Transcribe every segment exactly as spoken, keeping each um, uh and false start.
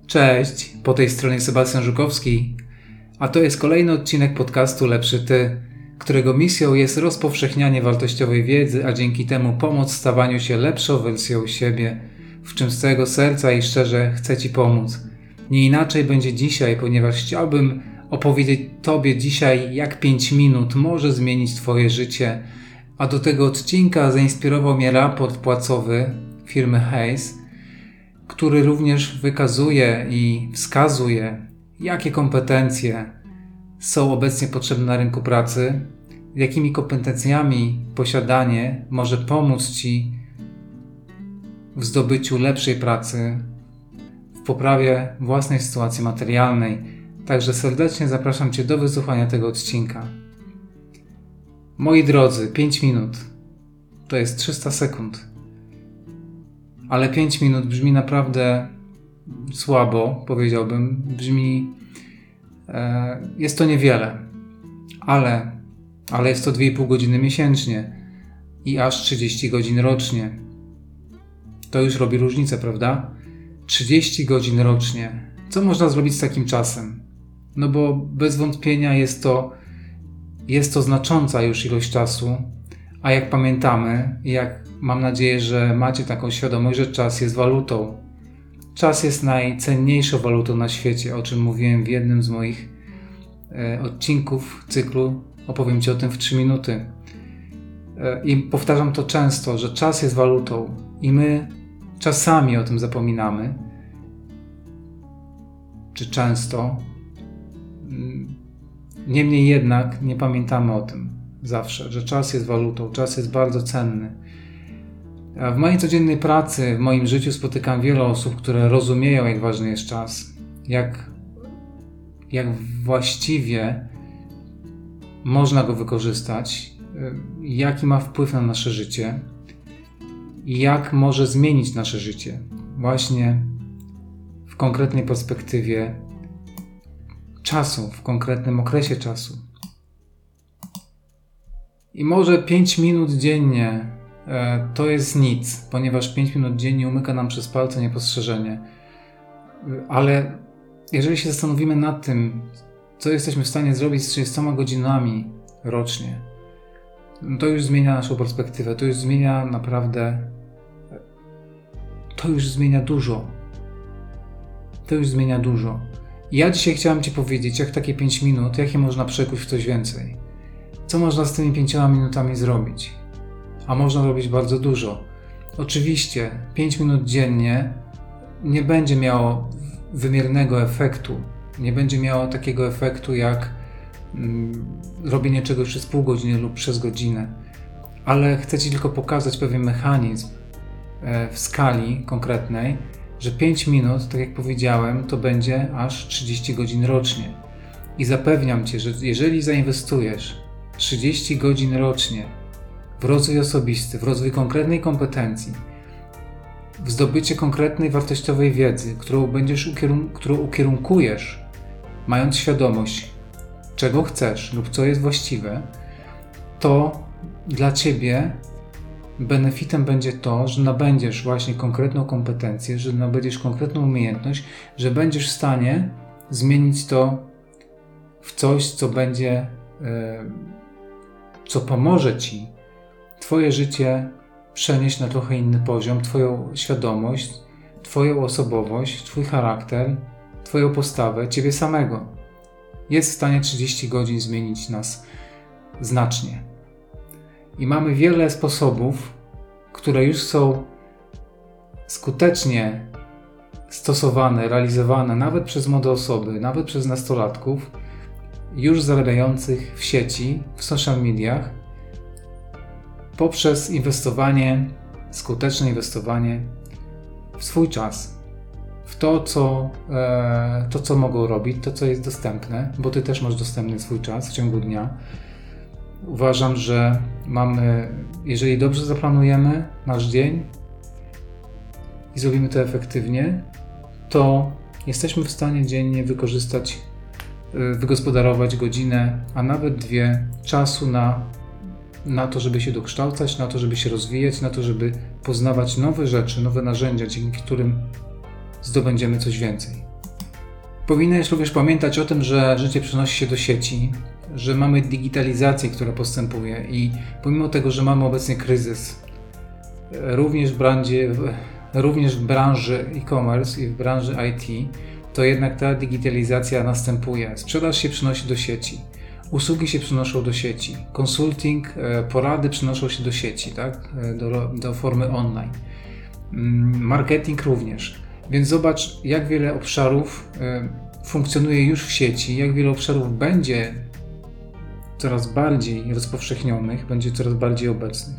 Cześć, po tej stronie Sebastian Żukowski, a to jest kolejny odcinek podcastu Lepszy Ty, którego misją jest rozpowszechnianie wartościowej wiedzy, a dzięki temu pomoc w stawaniu się lepszą wersją siebie, w czym z całego serca i szczerze chcę Ci pomóc. Nie inaczej będzie dzisiaj, ponieważ chciałbym opowiedzieć Tobie dzisiaj, jak pięć minut może zmienić Twoje życie, a do tego odcinka zainspirował mnie raport płacowy firmy Hays, który również wykazuje i wskazuje, jakie kompetencje są obecnie potrzebne na rynku pracy, jakimi kompetencjami posiadanie może pomóc Ci w zdobyciu lepszej pracy, w poprawie własnej sytuacji materialnej. Także serdecznie zapraszam Cię do wysłuchania tego odcinka. Moi drodzy, pięć minut to jest trzysta sekund. Ale pięć minut brzmi naprawdę słabo, powiedziałbym. Brzmi... E, jest to niewiele. Ale, ale jest to dwie i pół godziny miesięcznie i aż trzydzieści godzin rocznie. To już robi różnicę, prawda? trzydzieści godzin rocznie. Co można zrobić z takim czasem? No bo bez wątpienia jest to, jest to znacząca już ilość czasu, a jak pamiętamy, jak mam nadzieję, że macie taką świadomość, że czas jest walutą. Czas jest najcenniejszą walutą na świecie, o czym mówiłem w jednym z moich e, odcinków cyklu. Opowiem Ci o tym w trzy minuty. E, I powtarzam to często, że czas jest walutą i my czasami o tym zapominamy. Czy często. Niemniej jednak nie pamiętamy o tym zawsze, że czas jest walutą, czas jest bardzo cenny. W mojej codziennej pracy, w moim życiu spotykam wiele osób, które rozumieją, jak ważny jest czas, jak, jak właściwie można go wykorzystać, jaki ma wpływ na nasze życie i jak może zmienić nasze życie właśnie w konkretnej perspektywie czasu, w konkretnym okresie czasu. I może pięć minut dziennie to jest nic, ponieważ pięć minut dziennie umyka nam przez palce niepostrzeżenie. Ale jeżeli się zastanowimy nad tym, co jesteśmy w stanie zrobić z trzydziestoma godzinami rocznie, to już zmienia naszą perspektywę, to już zmienia naprawdę, to już zmienia dużo. To już zmienia dużo. I ja dzisiaj chciałem Ci powiedzieć, jak takie pięć minut, jak je można przekuć w coś więcej. Co można z tymi pięcioma minutami zrobić? A można robić bardzo dużo. Oczywiście pięć minut dziennie nie będzie miało wymiernego efektu. Nie będzie miało takiego efektu jak mm, robienie czegoś przez pół godziny lub przez godzinę. Ale chcę Ci tylko pokazać pewien mechanizm e, w skali konkretnej, że pięć minut, tak jak powiedziałem, to będzie aż trzydzieści godzin rocznie. I zapewniam Cię, że jeżeli zainwestujesz trzydzieści godzin rocznie w rozwój osobisty, w rozwój konkretnej kompetencji, w zdobycie konkretnej wartościowej wiedzy, którą będziesz ukierun- którą ukierunkujesz, mając świadomość, czego chcesz lub co jest właściwe, to dla Ciebie benefitem będzie to, że nabędziesz właśnie konkretną kompetencję, że nabędziesz konkretną umiejętność, że będziesz w stanie zmienić to w coś, co będzie, yy, co pomoże Ci Twoje życie przenieść na trochę inny poziom, Twoją świadomość, Twoją osobowość, Twój charakter, Twoją postawę, Ciebie samego. Jest w stanie trzydzieści godzin zmienić nas znacznie. I mamy wiele sposobów, które już są skutecznie stosowane, realizowane nawet przez młode osoby, nawet przez nastolatków, już zarabiających w sieci, w social mediach, poprzez inwestowanie, skuteczne inwestowanie w swój czas, w to co, e, to, co mogą robić, to, co jest dostępne, bo Ty też masz dostępny swój czas w ciągu dnia. Uważam, że mamy, jeżeli dobrze zaplanujemy nasz dzień i zrobimy to efektywnie, to jesteśmy w stanie dziennie wykorzystać, wygospodarować godzinę, a nawet dwie czasu na na to, żeby się dokształcać, na to, żeby się rozwijać, na to, żeby poznawać nowe rzeczy, nowe narzędzia, dzięki którym zdobędziemy coś więcej. Powinieneś również pamiętać o tym, że życie przenosi się do sieci, że mamy digitalizację, która postępuje i pomimo tego, że mamy obecnie kryzys, również w branży, również w branży e-commerce i w branży I T, to jednak ta digitalizacja następuje. Sprzedaż się przenosi do sieci, usługi się przenoszą do sieci, konsulting, porady przenoszą się do sieci, tak? do, do formy online. Marketing również. Więc zobacz, jak wiele obszarów funkcjonuje już w sieci, jak wiele obszarów będzie coraz bardziej rozpowszechnionych, będzie coraz bardziej obecnych.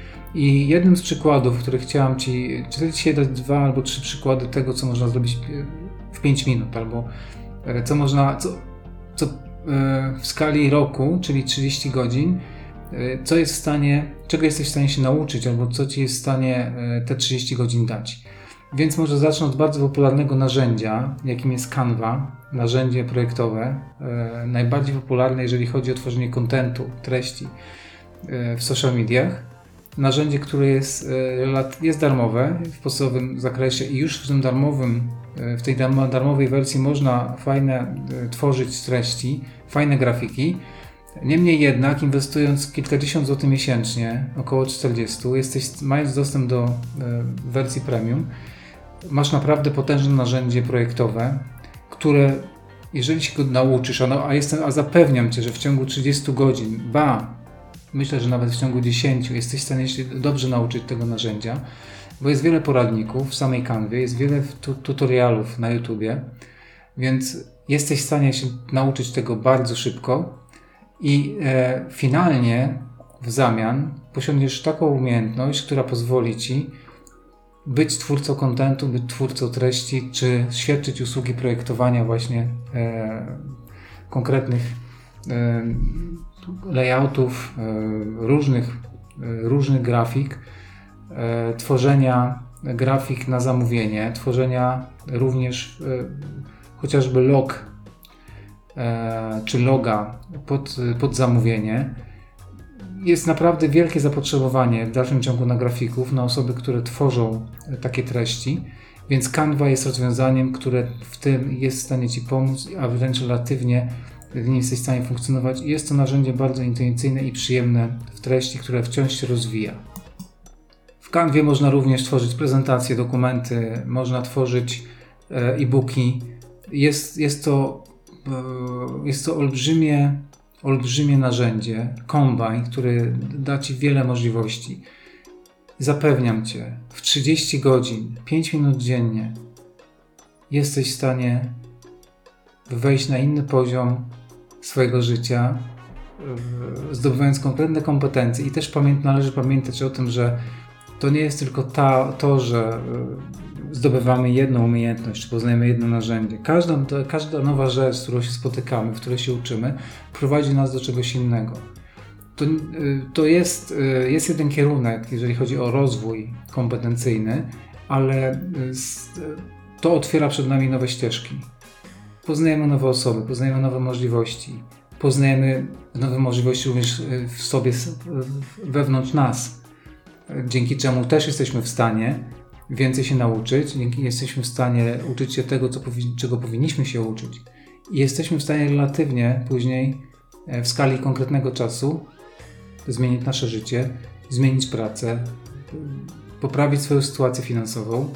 I jednym z przykładów, który chciałam Ci, czy dzisiaj dać dwa albo trzy przykłady tego, co można zrobić w pięć minut, albo co można, co, co w skali roku, czyli trzydzieści godzin, co jest w stanie, czego jesteś w stanie się nauczyć, albo co Ci jest w stanie te trzydzieści godzin dać. Więc może zacznę od bardzo popularnego narzędzia, jakim jest Canva, narzędzie projektowe, e, najbardziej popularne, jeżeli chodzi o tworzenie kontentu, treści e, w social mediach. Narzędzie, które jest, e, jest darmowe w podstawowym zakresie i już w tym darmowym, e, w tej darmowej wersji można fajne e, tworzyć treści, fajne grafiki. Niemniej jednak, inwestując kilkadziesiąt złotych miesięcznie, około czterdzieści, jesteś, mając dostęp do e, wersji premium, masz naprawdę potężne narzędzie projektowe, które jeżeli się go nauczysz, a, no, a, jestem, a zapewniam Cię, że w ciągu trzydziestu godzin, ba, myślę, że nawet w ciągu dziesięciu jesteś w stanie się dobrze nauczyć tego narzędzia, bo jest wiele poradników w samej Canwie, jest wiele tu, tutorialów na YouTubie, więc jesteś w stanie się nauczyć tego bardzo szybko i e, finalnie w zamian posiądziesz taką umiejętność, która pozwoli Ci być twórcą kontentu, być twórcą treści, czy świadczyć usługi projektowania właśnie e, konkretnych e, layoutów, e, różnych, e, różnych grafik, e, tworzenia grafik na zamówienie, tworzenia również e, chociażby log e, czy loga pod, pod zamówienie. Jest naprawdę wielkie zapotrzebowanie w dalszym ciągu na grafików, na osoby, które tworzą takie treści, więc Canva jest rozwiązaniem, które w tym jest w stanie Ci pomóc, a wręcz relatywnie w nim jesteś w stanie funkcjonować. Jest to narzędzie bardzo intuicyjne i przyjemne w treści, które wciąż się rozwija. W Canwie można również tworzyć prezentacje, dokumenty, można tworzyć e-booki. Jest, jest to, jest to olbrzymie olbrzymie narzędzie, kombajn, który da Ci wiele możliwości. Zapewniam Cię, w trzydzieści godzin, pięć minut dziennie jesteś w stanie wejść na inny poziom swojego życia, zdobywając konkretne kompetencje. I też pamię- należy pamiętać o tym, że to nie jest tylko ta, to, że zdobywamy jedną umiejętność, czy poznajemy jedno narzędzie. Każda, każda nowa rzecz, z którą się spotykamy, w której się uczymy, prowadzi nas do czegoś innego. To, to jest, jest jeden kierunek, jeżeli chodzi o rozwój kompetencyjny, ale to otwiera przed nami nowe ścieżki. Poznajemy nowe osoby, poznajemy nowe możliwości, poznajemy nowe możliwości również w sobie, wewnątrz nas, dzięki czemu też jesteśmy w stanie więcej się nauczyć, dzięki jesteśmy w stanie uczyć się tego, co powi- czego powinniśmy się uczyć. I jesteśmy w stanie relatywnie później w skali konkretnego czasu zmienić nasze życie, zmienić pracę, poprawić swoją sytuację finansową.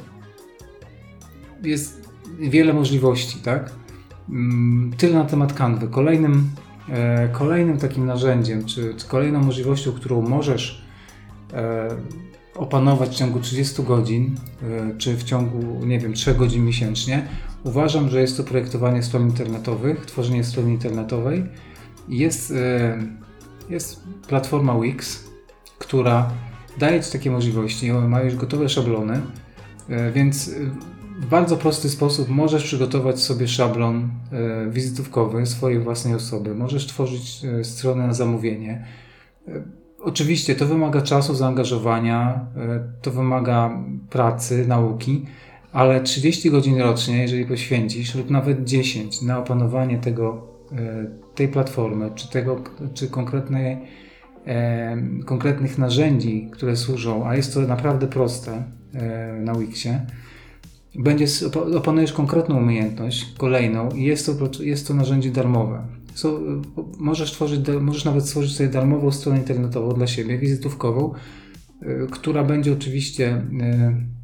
Jest wiele możliwości, tak? Tyle na temat Canvy. Kolejnym, e, kolejnym takim narzędziem, czy, czy kolejną możliwością, którą możesz e, opanować w ciągu trzydziestu godzin, e, czy w ciągu, nie wiem, trzech godzin miesięcznie, uważam, że jest to projektowanie stron internetowych, tworzenie strony internetowej. Jest, e, jest platforma Wix, która daje Ci takie możliwości, ma już gotowe szablony, e, więc w bardzo prosty sposób możesz przygotować sobie szablon e, wizytówkowy swojej własnej osoby. Możesz tworzyć e, stronę na zamówienie. E, oczywiście to wymaga czasu, zaangażowania, e, to wymaga pracy, nauki, ale trzydzieści godzin rocznie, jeżeli poświęcisz, lub nawet dziesięć na opanowanie tego, e, tej platformy, czy, tego, czy konkretnej, e, konkretnych narzędzi, które służą, a jest to naprawdę proste e, na Wixie, Będzie, opanujesz konkretną umiejętność, kolejną i jest to, jest to narzędzie darmowe. So, możesz, tworzyć, możesz nawet stworzyć sobie darmową stronę internetową dla siebie, wizytówkową, y, która będzie oczywiście y,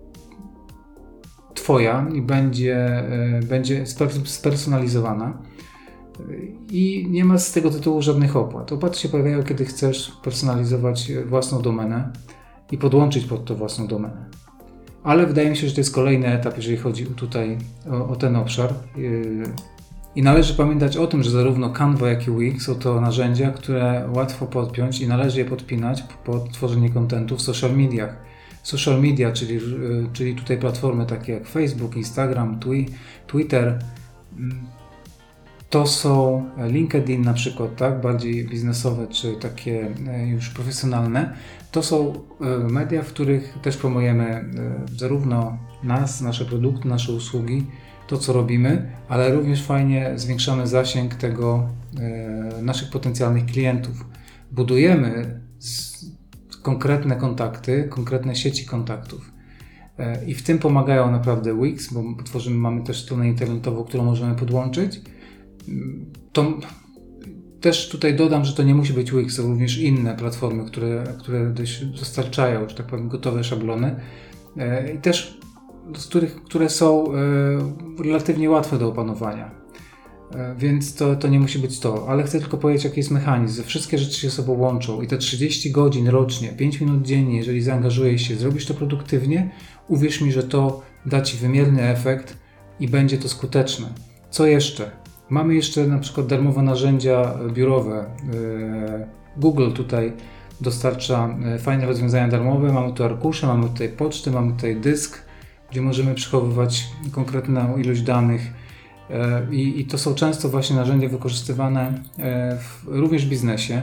Twoja i będzie, y, będzie spersonalizowana y, i nie ma z tego tytułu żadnych opłat. Opłaty się pojawiają, kiedy chcesz personalizować własną domenę i podłączyć pod to własną domenę. Ale wydaje mi się, że to jest kolejny etap, jeżeli chodzi tutaj o, o ten obszar. Yy, I należy pamiętać o tym, że zarówno Canva, jak i Wix są to narzędzia, które łatwo podpiąć i należy je podpinać pod tworzenie kontentu w social mediach. Social media, czyli, yy, czyli tutaj platformy takie jak Facebook, Instagram, twi- Twitter, yy, to są LinkedIn na przykład, tak, bardziej biznesowe czy takie już profesjonalne. To są media, w których też promujemy zarówno nas, nasze produkty, nasze usługi, to co robimy, ale również fajnie zwiększamy zasięg tego naszych potencjalnych klientów. Budujemy konkretne kontakty, konkretne sieci kontaktów. I w tym pomagają naprawdę Wix, bo tworzymy, mamy też stronę internetową, którą możemy podłączyć. To też tutaj dodam, że to nie musi być Wix, są również inne platformy, które, które dostarczają, że tak powiem, gotowe szablony i też z których, które są relatywnie łatwe do opanowania. Więc to, to nie musi być to, ale chcę tylko powiedzieć, jaki jest mechanizm. Wszystkie rzeczy się ze sobą łączą i te trzydzieści godzin rocznie, pięć minut dziennie, jeżeli zaangażujesz się, zrobisz to produktywnie, uwierz mi, że to da Ci wymierny efekt i będzie to skuteczne. Co jeszcze? Mamy jeszcze na przykład darmowe narzędzia biurowe. Google tutaj dostarcza fajne rozwiązania darmowe. Mamy tu arkusze, mamy tutaj poczty, mamy tutaj dysk, gdzie możemy przechowywać konkretną ilość danych. I, i to są często właśnie narzędzia wykorzystywane w, również w biznesie.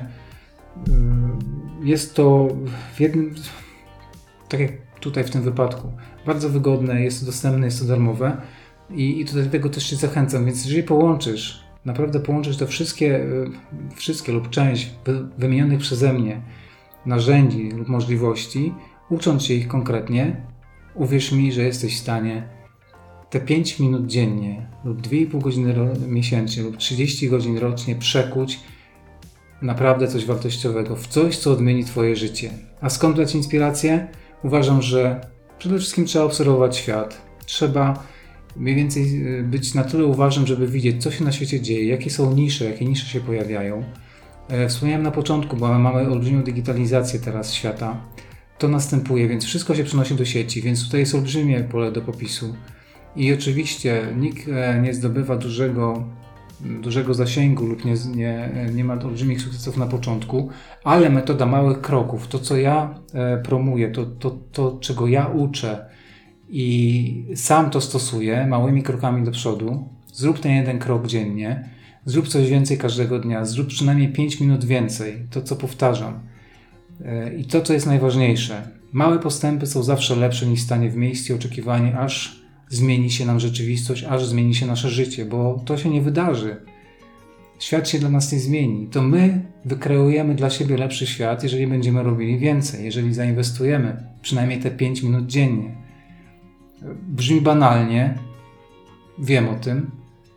Jest to w jednym, tak jak tutaj w tym wypadku, bardzo wygodne, jest to dostępne, jest to darmowe. I, I tutaj do tego też Cię zachęcam, więc jeżeli połączysz, naprawdę połączysz te wszystkie, wszystkie lub część wymienionych przeze mnie narzędzi lub możliwości, ucząc się ich konkretnie, uwierz mi, że jesteś w stanie te pięć minut dziennie lub dwie i pół godziny ro- miesięcznie lub trzydzieści godzin rocznie przekuć naprawdę coś wartościowego, w coś, co odmieni Twoje życie. A skąd brać inspirację? Uważam, że przede wszystkim trzeba obserwować świat. Trzeba mniej więcej być na tyle uważnym, żeby widzieć, co się na świecie dzieje, jakie są nisze, jakie nisze się pojawiają. Wspomniałem na początku, bo mamy olbrzymią digitalizację teraz świata. To następuje, więc wszystko się przenosi do sieci, więc tutaj jest olbrzymie pole do popisu. I oczywiście nikt nie zdobywa dużego, dużego zasięgu lub nie, nie, nie ma olbrzymich sukcesów na początku, ale metoda małych kroków, to co ja promuję, to, to, to czego ja uczę, i sam to stosuję małymi krokami do przodu. Zrób ten jeden krok dziennie, zrób coś więcej każdego dnia, zrób przynajmniej pięć minut więcej, to co powtarzam. I to, co jest najważniejsze, małe postępy są zawsze lepsze niż stanie w miejscu i oczekiwanie, aż zmieni się nam rzeczywistość, aż zmieni się nasze życie, bo to się nie wydarzy. Świat się dla nas nie zmieni. To my wykreujemy dla siebie lepszy świat, jeżeli będziemy robili więcej, jeżeli zainwestujemy przynajmniej te pięć minut dziennie. Brzmi banalnie, wiem o tym,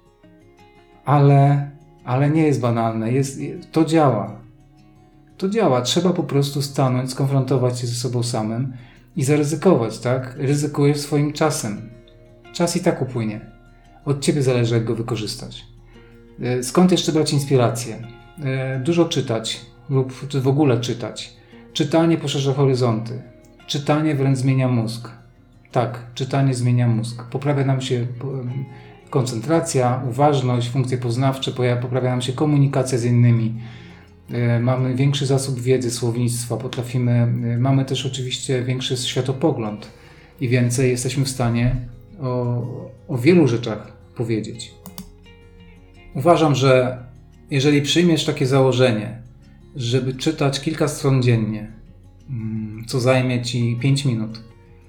ale, ale nie jest banalne. Jest, to działa. To działa. Trzeba po prostu stanąć, skonfrontować się ze sobą samym i zaryzykować, tak? Ryzykujesz swoim czasem. Czas i tak upłynie. Od Ciebie zależy, jak go wykorzystać. Skąd jeszcze brać inspirację? Dużo czytać lub w ogóle czytać. Czytanie poszerza horyzonty. Czytanie wręcz zmienia mózg. Tak, czytanie zmienia mózg. Poprawia nam się koncentracja, uważność, funkcje poznawcze, poprawia nam się komunikacja z innymi. Mamy większy zasób wiedzy, słownictwa, potrafimy, mamy też oczywiście większy światopogląd i więcej jesteśmy w stanie o, o wielu rzeczach powiedzieć. Uważam, że jeżeli przyjmiesz takie założenie, żeby czytać kilka stron dziennie, co zajmie Ci pięć minut,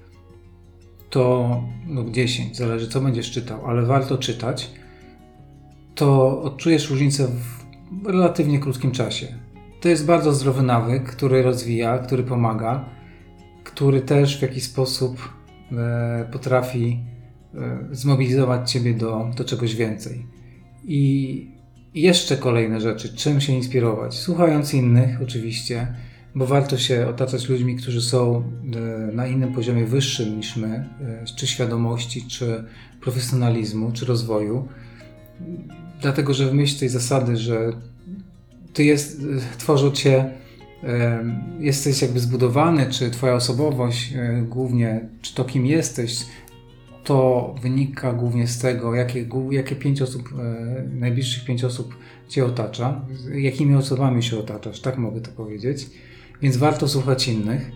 to lub dziesięć, zależy co będziesz czytał, ale warto czytać, to odczujesz różnicę w relatywnie krótkim czasie. To jest bardzo zdrowy nawyk, który rozwija, który pomaga, który też w jakiś sposób potrafi zmobilizować Ciebie do, do czegoś więcej. I jeszcze kolejne rzeczy, czym się inspirować? Słuchając innych oczywiście, bo warto się otaczać ludźmi, którzy są na innym poziomie wyższym niż my, czy świadomości, czy profesjonalizmu, czy rozwoju. Dlatego, że w myśl tej zasady, że Ty jest, tworzą Cię, jesteś jakby zbudowany, czy Twoja osobowość głównie, czy to kim jesteś, to wynika głównie z tego, jakie, jakie pięć osób, najbliższych pięć osób Cię otacza, jakimi osobami się otaczasz, tak mogę to powiedzieć. Więc warto słuchać innych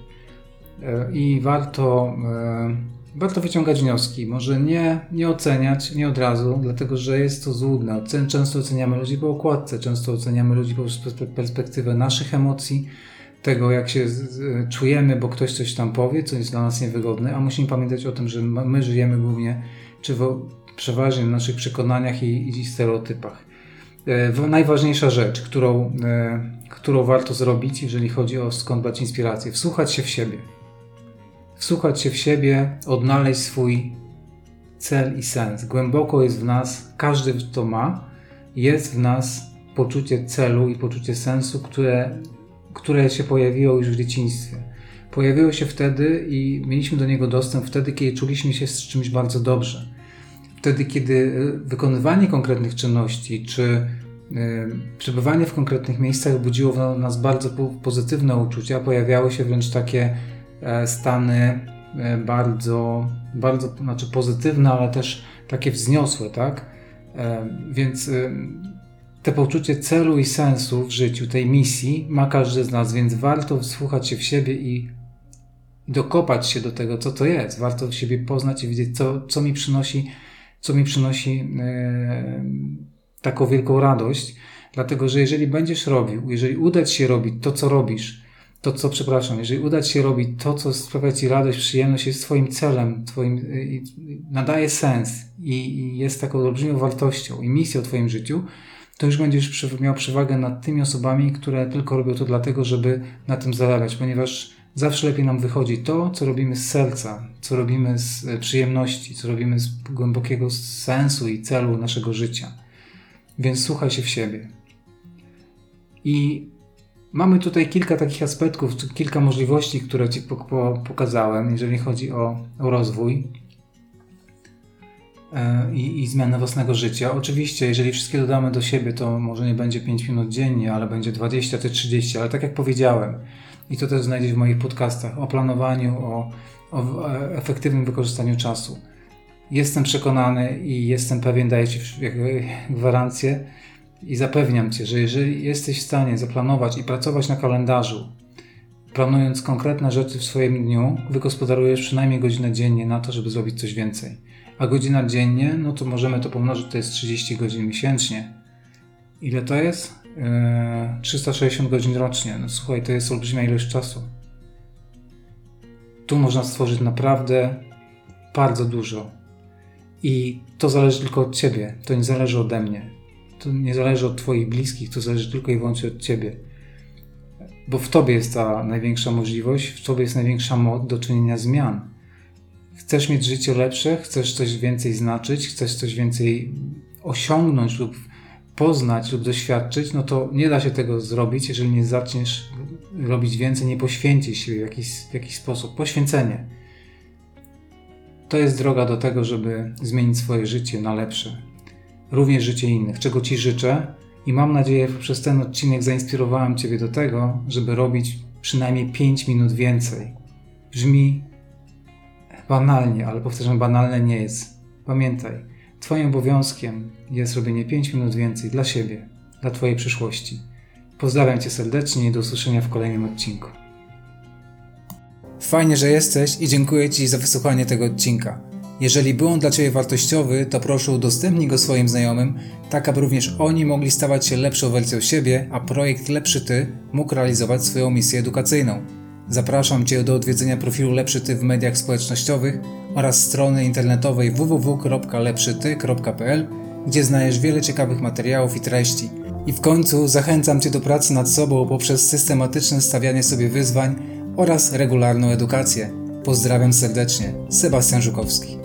i warto, warto wyciągać wnioski. Może nie, nie oceniać, nie od razu, dlatego że jest to złudne. Często oceniamy ludzi po okładce, często oceniamy ludzi poprzez perspektywę naszych emocji, tego jak się czujemy, bo ktoś coś tam powie, co jest dla nas niewygodne, a musimy pamiętać o tym, że my żyjemy głównie, czy w, przeważnie w naszych przekonaniach i, i stereotypach. E, najważniejsza rzecz, którą, e, którą warto zrobić, jeżeli chodzi o skąd brać inspirację, wsłuchać się w siebie. Wsłuchać się w siebie, odnaleźć swój cel i sens. Głęboko jest w nas, każdy to ma, jest w nas poczucie celu i poczucie sensu, które które się pojawiło już w dzieciństwie. Pojawiło się wtedy i mieliśmy do niego dostęp wtedy, kiedy czuliśmy się z czymś bardzo dobrze. Wtedy, kiedy wykonywanie konkretnych czynności, czy y, przebywanie w konkretnych miejscach budziło w nas bardzo pozytywne uczucia, pojawiały się wręcz takie e, stany e, bardzo, bardzo znaczy pozytywne, ale też takie wzniosłe, tak? E, więc y, Te poczucie celu i sensu w życiu, tej misji ma każdy z nas, więc warto wsłuchać się w siebie i dokopać się do tego, co to jest. Warto siebie poznać i wiedzieć, co, co mi przynosi, co mi przynosi e, taką wielką radość. Dlatego, że jeżeli będziesz robił, jeżeli uda Ci się robić to, co robisz, to co, przepraszam, jeżeli uda Ci się robić to, co sprawia Ci radość, przyjemność, jest Twoim celem, twoim, i, nadaje sens i, i jest taką olbrzymią wartością i misją w Twoim życiu, to już będziesz miał przewagę nad tymi osobami, które tylko robią to dlatego, żeby na tym zarabiać, ponieważ zawsze lepiej nam wychodzi to, co robimy z serca, co robimy z przyjemności, co robimy z głębokiego sensu i celu naszego życia. Więc słuchaj się w siebie. I mamy tutaj kilka takich aspektów, kilka możliwości, które Ci pokazałem, jeżeli chodzi o, o rozwój I, i zmianę własnego życia. Oczywiście, jeżeli wszystkie dodamy do siebie, to może nie będzie pięć minut dziennie, ale będzie dwadzieścia czy trzydzieści, ale tak jak powiedziałem, i to też znajdziesz w moich podcastach, o planowaniu, o, o efektywnym wykorzystaniu czasu. Jestem przekonany i jestem pewien, daję Ci gwarancję i zapewniam Cię, że jeżeli jesteś w stanie zaplanować i pracować na kalendarzu, planując konkretne rzeczy w swoim dniu, wygospodarujesz przynajmniej godzinę dziennie na to, żeby zrobić coś więcej. A godzina dziennie, no to możemy to pomnożyć, to jest trzydzieści godzin miesięcznie. Ile to jest? Eee, trzysta sześćdziesiąt godzin rocznie. No słuchaj, to jest olbrzymia ilość czasu. Tu można stworzyć naprawdę bardzo dużo. I to zależy tylko od Ciebie. To nie zależy ode mnie. To nie zależy od Twoich bliskich. To zależy tylko i wyłącznie od Ciebie. Bo w Tobie jest ta największa możliwość, w Tobie jest największa moc do czynienia zmian. Chcesz mieć życie lepsze, chcesz coś więcej znaczyć, chcesz coś więcej osiągnąć lub poznać lub doświadczyć, no to nie da się tego zrobić, jeżeli nie zaczniesz robić więcej, nie poświęcisz się w jakiś, w jakiś sposób. Poświęcenie. To jest droga do tego, żeby zmienić swoje życie na lepsze. Również życie innych, czego Ci życzę i mam nadzieję, że przez ten odcinek zainspirowałem Ciebie do tego, żeby robić przynajmniej pięć minut więcej. Brzmi banalnie, ale powtarzam, banalne nie jest. Pamiętaj, Twoim obowiązkiem jest robienie pięć minut więcej dla siebie, dla Twojej przyszłości. Pozdrawiam Cię serdecznie i do usłyszenia w kolejnym odcinku. Fajnie, że jesteś i dziękuję Ci za wysłuchanie tego odcinka. Jeżeli był on dla Ciebie wartościowy, to proszę udostępnij go swoim znajomym, tak aby również oni mogli stawać się lepszą wersją siebie, a projekt Lepszy Ty mógł realizować swoją misję edukacyjną. Zapraszam Cię do odwiedzenia profilu Lepszy Ty w mediach społecznościowych oraz strony internetowej w w w kropka lepszy ty kropka p l, gdzie znajdziesz wiele ciekawych materiałów i treści. I w końcu zachęcam Cię do pracy nad sobą poprzez systematyczne stawianie sobie wyzwań oraz regularną edukację. Pozdrawiam serdecznie, Sebastian Żukowski.